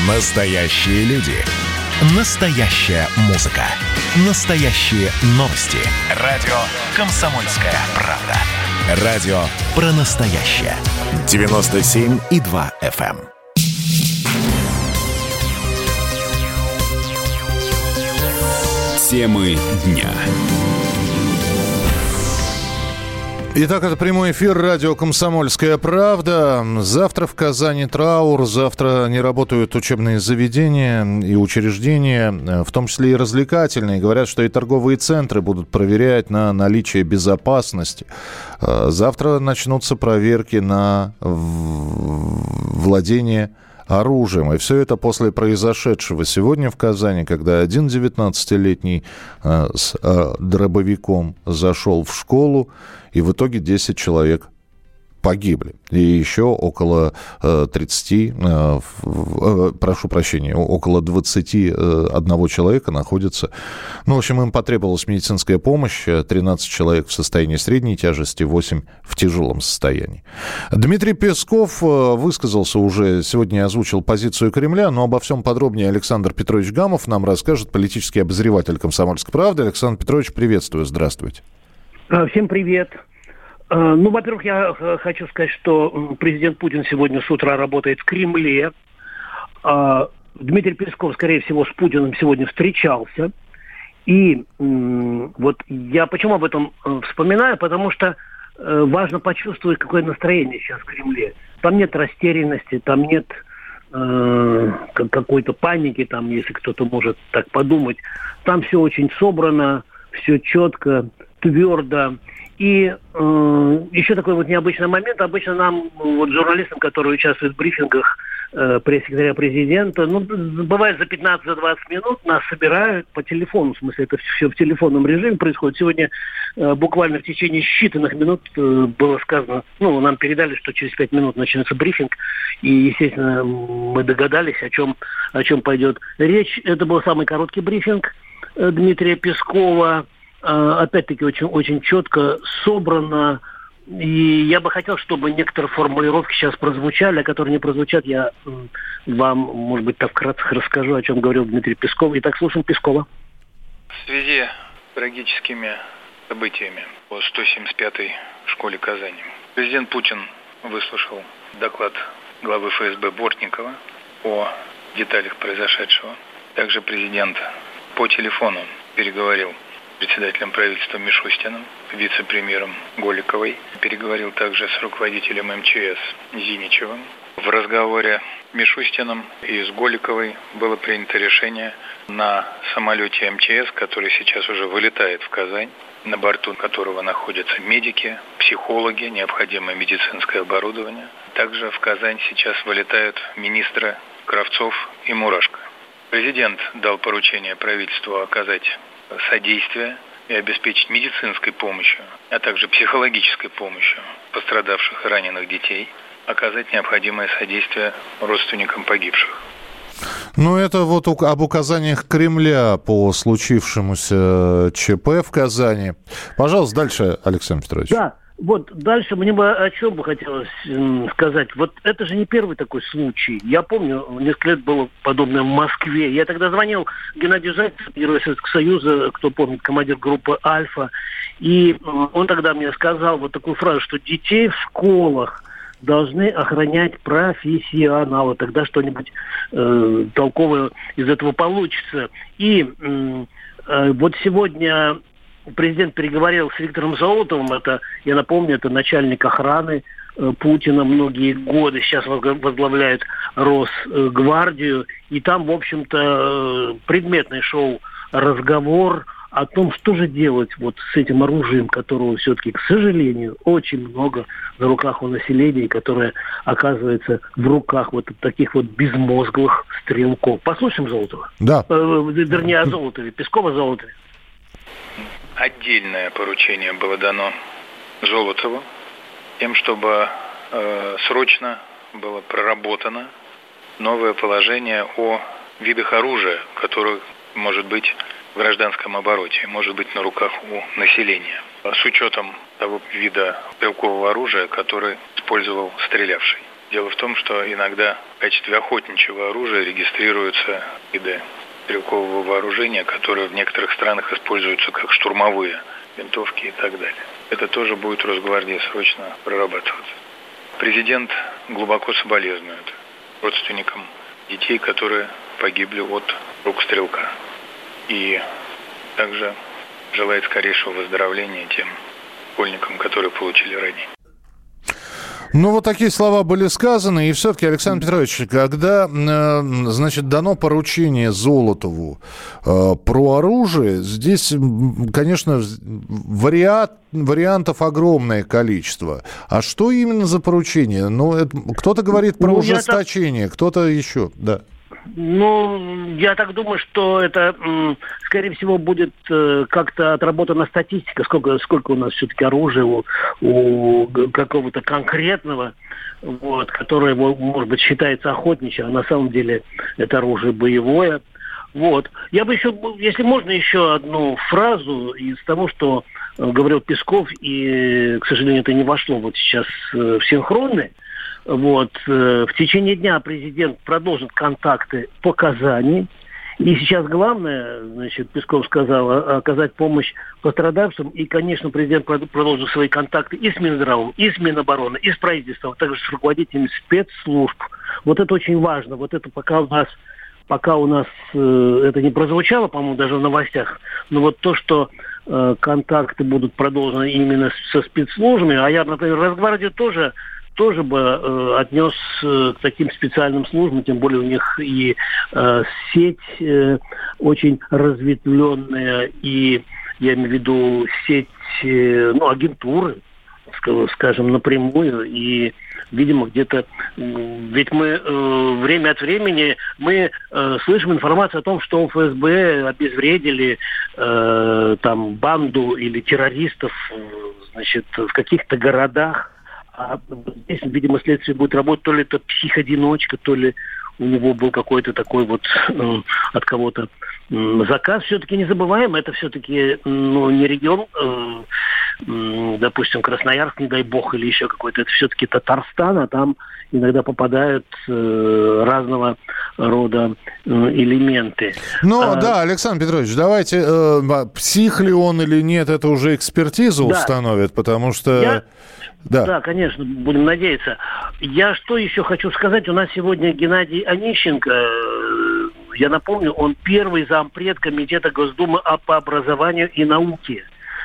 Настоящие люди. Настоящая музыка. Настоящие новости. Радио «Комсомольская правда». Радио про настоящее. 97,2 FM. Темы дня. Итак, это прямой эфир радио «Комсомольская правда». Завтра в Казани траур, завтра не работают учебные заведения и учреждения, в том числе и развлекательные. Говорят, что и торговые центры будут проверять на наличие безопасности. Завтра начнутся проверки на владение оружием. И все это после произошедшего сегодня в Казани, когда один 19-летний с дробовиком зашел в школу, и в итоге 10 человек погибли. И еще около 30, прошу прощения, около 21 человека находится. Ну, в общем, им потребовалась медицинская помощь. 13 человек в состоянии средней тяжести, 8 в тяжелом состоянии. Дмитрий Песков высказался уже, сегодня озвучил позицию Кремля, но обо всем подробнее Александр Петрович Гамов нам расскажет, политический обозреватель «Комсомольской правды». Александр Петрович, приветствую, здравствуйте. Всем привет. Ну, во-первых, я хочу сказать, что президент Путин сегодня с утра работает в Кремле. Дмитрий Песков, скорее всего, с Путиным сегодня встречался. И вот я почему об этом вспоминаю? Потому что важно почувствовать, какое настроение сейчас в Кремле. Там нет растерянности, там нет какой-то паники, там, если кто-то может так подумать. Там все очень собрано, все четко, твердо. И еще такой вот необычный момент. Обычно нам, вот журналистам, которые участвуют в брифингах пресс-секретаря президента, ну, бывает за 15-20 минут нас собирают по телефону. В смысле, это все в телефонном режиме происходит. Сегодня буквально в течение считанных минут было сказано, ну, нам передали, что через 5 минут начнется брифинг. И, естественно, мы догадались, о чем пойдет речь. Это был самый короткий брифинг Дмитрия Пескова. Опять-таки очень, очень четко собрано. И я бы хотел, чтобы некоторые формулировки сейчас прозвучали, а которые не прозвучат, я вам, может быть, так вкратце расскажу, о чем говорил Дмитрий Песков. Итак, слушаем Пескова. В связи с трагическими событиями по 175-й школе Казани президент Путин выслушал доклад главы ФСБ Бортникова о деталях произошедшего. Также президент по телефону переговорил с председателем правительства Мишустиным, вице-премьером Голиковой. Переговорил также с руководителем МЧС Зиничевым. В разговоре с Мишустиным и с Голиковой было принято решение на самолете МЧС, который сейчас уже вылетает в Казань, на борту которого находятся медики, психологи, необходимое медицинское оборудование. Также в Казань сейчас вылетают министры Кравцов и Мурашко. Президент дал поручение правительству оказать содействие и обеспечить медицинской помощью, а также психологической помощью пострадавших и раненых детей, оказать необходимое содействие родственникам погибших. Ну, это вот об указаниях Кремля по случившемуся ЧП в Казани. Пожалуйста, дальше, Александр Петрович. Да. Вот дальше мне бы о чем бы хотелось сказать. Вот это же не первый такой случай. Я помню, несколько лет было подобное в Москве. Я тогда звонил Геннадию Зайцеву, герою Советского Союза, кто помнит, командир группы «Альфа». И он тогда мне сказал вот такую фразу, что детей в школах должны охранять профессионалы. Тогда что-нибудь толковое из этого получится. И вот сегодня президент переговорил с Виктором Золотовым, это, я напомню, это начальник охраны Путина многие годы, сейчас возглавляет Росгвардию, и там, в общем-то, предметный шел разговор о том, что же делать вот с этим оружием, которого все-таки, к сожалению, очень много на руках у населения, которое оказывается в руках вот таких вот безмозглых стрелков. Послушаем Золотова? Да. Вернее, о Золотове, Пескова Золотове. Отдельное поручение было дано Золотову, тем, чтобы срочно было проработано новое положение о видах оружия, которое может быть в гражданском обороте, может быть на руках у населения, с учетом того вида стрелкового оружия, который использовал стрелявший. Дело в том, что иногда в качестве охотничьего оружия регистрируются виды стрелкового вооружения, которые в некоторых странах используются как штурмовые винтовки и так далее. Это тоже будет в Росгвардии срочно прорабатываться. Президент глубоко соболезнует родственникам детей, которые погибли от рук стрелка. И также желает скорейшего выздоровления тем школьникам, которые получили ранения. Ну, вот такие слова были сказаны. И все-таки, Александр Петрович, когда, значит, дано поручение Золотову про оружие, здесь, конечно, вариантов огромное количество. А что именно за поручение? Ну, кто-то говорит про ужесточение, кто-то еще, да. Ну, я так думаю, что это, скорее всего, будет как-то отработана статистика, сколько у нас все-таки оружия у какого-то конкретного, вот, которое, может быть, считается охотничьим, а на самом деле это оружие боевое. Вот. Я бы еще, если можно, еще одну фразу из того, что говорил Песков, и, к сожалению, это не вошло вот сейчас в синхронные. Вот. В течение дня президент продолжит контакты по Казани. И сейчас главное, значит, Песков сказал, оказать помощь пострадавшим. И, конечно, президент продолжит свои контакты и с Минздравом, и с Минобороны, и с правительством, а также с руководителями спецслужб. Вот это очень важно. Вот это пока у нас это не прозвучало, по-моему, даже в новостях. Но вот то, что контакты будут продолжены именно со спецслужбами, а я, например, Росгвардию тоже бы отнес к таким специальным службам, тем более у них и сеть очень разветвленная, и я имею в виду сеть агентуры, скажем, напрямую, и, видимо, где-то... Ведь мы время от времени слышим информацию о том, что ФСБ обезвредили там банду или террористов, значит, в каких-то городах. А здесь, видимо, следствие будет работать, то ли это псих-одиночка, то ли у него был какой-то такой вот от кого-то заказ. Все-таки не забываем, это все-таки не регион, допустим, Красноярск, не дай бог, или еще какой-то, это все-таки Татарстан, а там иногда попадают разного рода элементы. Да, Александр Петрович, давайте, псих ли он или нет, это уже экспертиза установит, потому что... Да, конечно, будем надеяться. Я что еще хочу сказать? У нас сегодня Геннадий Онищенко, я напомню, он первый зампред Комитета Госдумы по образованию и науке.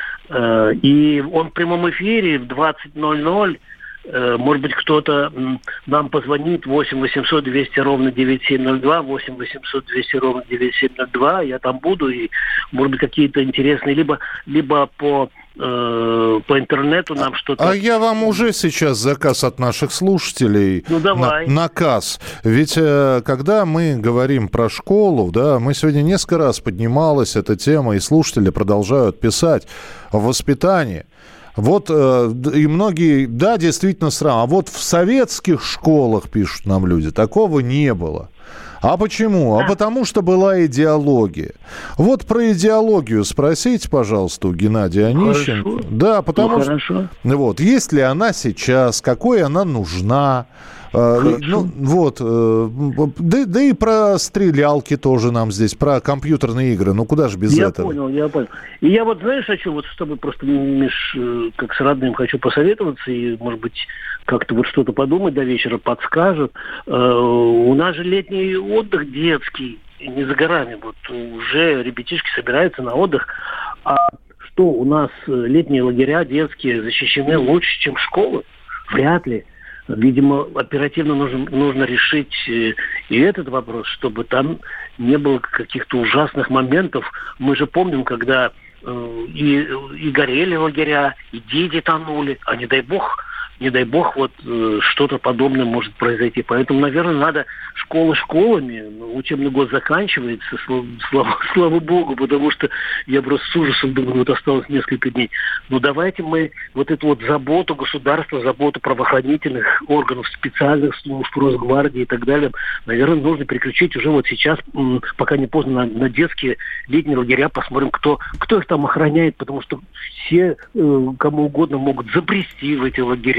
И он в прямом эфире в 20:00. Может быть, кто-то нам позвонит 8 800 200 ровно 9702, 8 800 200 ровно 9702. Я там буду, и, может быть, какие-то интересные, либо по интернету нам что-то... А я вам уже сейчас заказ от наших слушателей. Давай. Наказ. Ведь когда мы говорим про школу, да, мы сегодня несколько раз поднималась эта тема, и слушатели продолжают писать о воспитании. Вот, и многие, да, действительно странно. А вот в советских школах, пишут нам люди, такого не было. А почему? А потому что была идеология. Вот про идеологию спросите, пожалуйста, у Геннадия Онищенко. Хорошо. Да, потому что... Хорошо. Вот, есть ли она сейчас, какой она нужна? Да и про стрелялки тоже нам здесь, про компьютерные игры. Ну, куда же без этого? Я понял. И я вот, знаешь, хочу, вот, чтобы просто, Миш, как с родным хочу посоветоваться, и, может быть, как-то вот что-то подумать до вечера, подскажет. У нас же летний отдых детский, не за горами. Вот уже ребятишки собираются на отдых. А что, у нас летние лагеря детские защищены лучше, чем школы? Вряд ли. Видимо, оперативно нужно решить и этот вопрос, чтобы там не было каких-то ужасных моментов. Мы же помним, когда и горели лагеря, и дети тонули, а не дай бог, вот что-то подобное может произойти. Поэтому, наверное, надо школы школами. Учебный год заканчивается, слава богу, потому что я просто с ужасом думаю, вот осталось несколько дней. Но давайте мы вот эту вот заботу государства, заботу правоохранительных органов, специальных служб, Росгвардии и так далее, наверное, нужно переключить уже вот сейчас, пока не поздно, на детские летние лагеря, посмотрим, кто их там охраняет, потому что все, кому угодно, могут забрести в эти лагеря,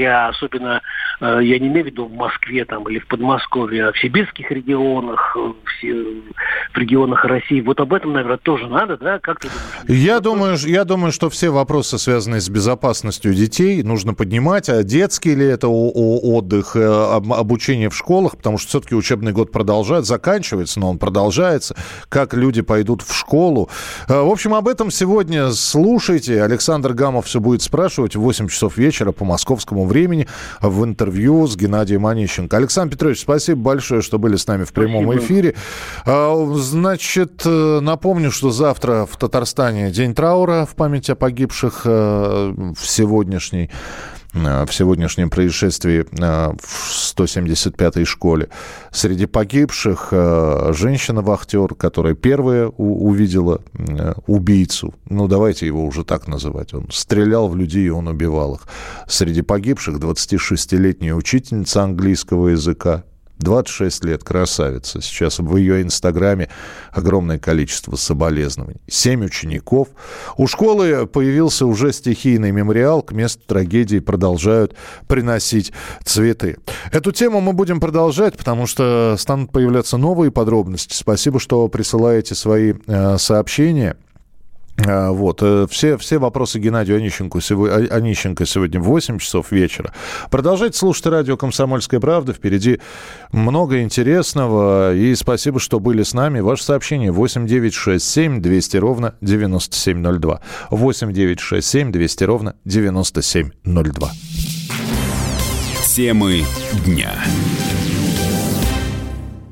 дня, особенно, я не имею в виду в Москве там, или в Подмосковье, а в сибирских регионах, в регионах России. Вот об этом, наверное, тоже надо, да? Как ты думаешь? Я думаю, что все вопросы, связанные с безопасностью детей, нужно поднимать. А детский ли это отдых, обучение в школах, потому что все-таки учебный год заканчивается, но он продолжается. Как люди пойдут в школу. В общем, об этом сегодня слушайте. Александр Гамов все будет спрашивать в 8 часов вечера по московскому времени в интервью с Геннадием Онищенко. Александр Петрович, спасибо большое, что были с нами в прямом эфире. Значит, напомню, что завтра в Татарстане день траура в память о погибших в сегодняшнем происшествии в 175-й школе. Среди погибших женщина-вахтер, которая первая увидела убийцу. Ну, давайте его уже так называть. Он стрелял в людей, и он убивал их. Среди погибших 26-летняя учительница английского языка. 26 лет, красавица. Сейчас в ее инстаграме огромное количество соболезнований. 7 учеников. У школы появился уже стихийный мемориал. К месту трагедии продолжают приносить цветы. Эту тему мы будем продолжать, потому что станут появляться новые подробности. Спасибо, что присылаете свои сообщения. Вот. Все вопросы Геннадию Онищенко сегодня в 8 часов вечера. Продолжайте слушать радио «Комсомольская правда». Впереди много интересного. И спасибо, что были с нами. Ваше сообщение 8-967-200-97-02. 8-967-200-97-02. Темы дня.